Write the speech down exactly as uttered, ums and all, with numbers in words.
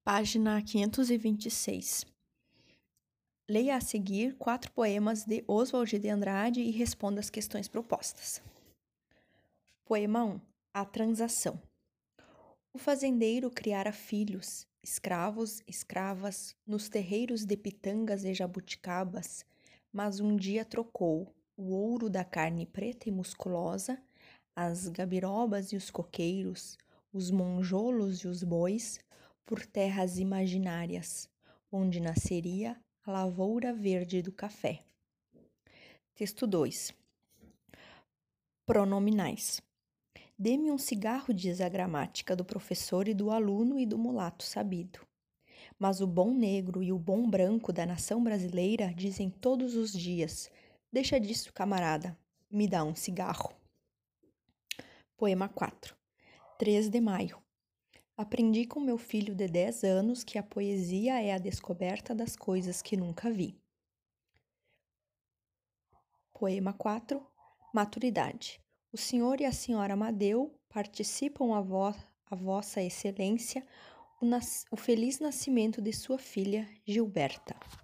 Página quinhentos e vinte e seis. Leia a seguir quatro poemas de Oswald de Andrade e responda as questões propostas. Poema um. A Transação. O fazendeiro criara filhos, escravos, escravas, nos terreiros de pitangas e jabuticabas, mas um dia trocou o ouro da carne preta e musculosa, as gabirobas e os coqueiros, os monjolos e os bois, por terras imaginárias, onde nasceria a lavoura verde do café. Texto dois. Pronominais. Dê-me um cigarro, diz a gramática do professor e do aluno e do mulato sabido. Mas o bom negro e o bom branco da nação brasileira dizem todos os dias: deixa disso, camarada, me dá um cigarro. Poema quatro. três de maio. Aprendi com meu filho de dez anos que a poesia é a descoberta das coisas que nunca vi. Poema quatro. Maturidade. O senhor e a senhora Amadeu participam a, vo a vossa excelência o, o feliz nascimento de sua filha Gilberta.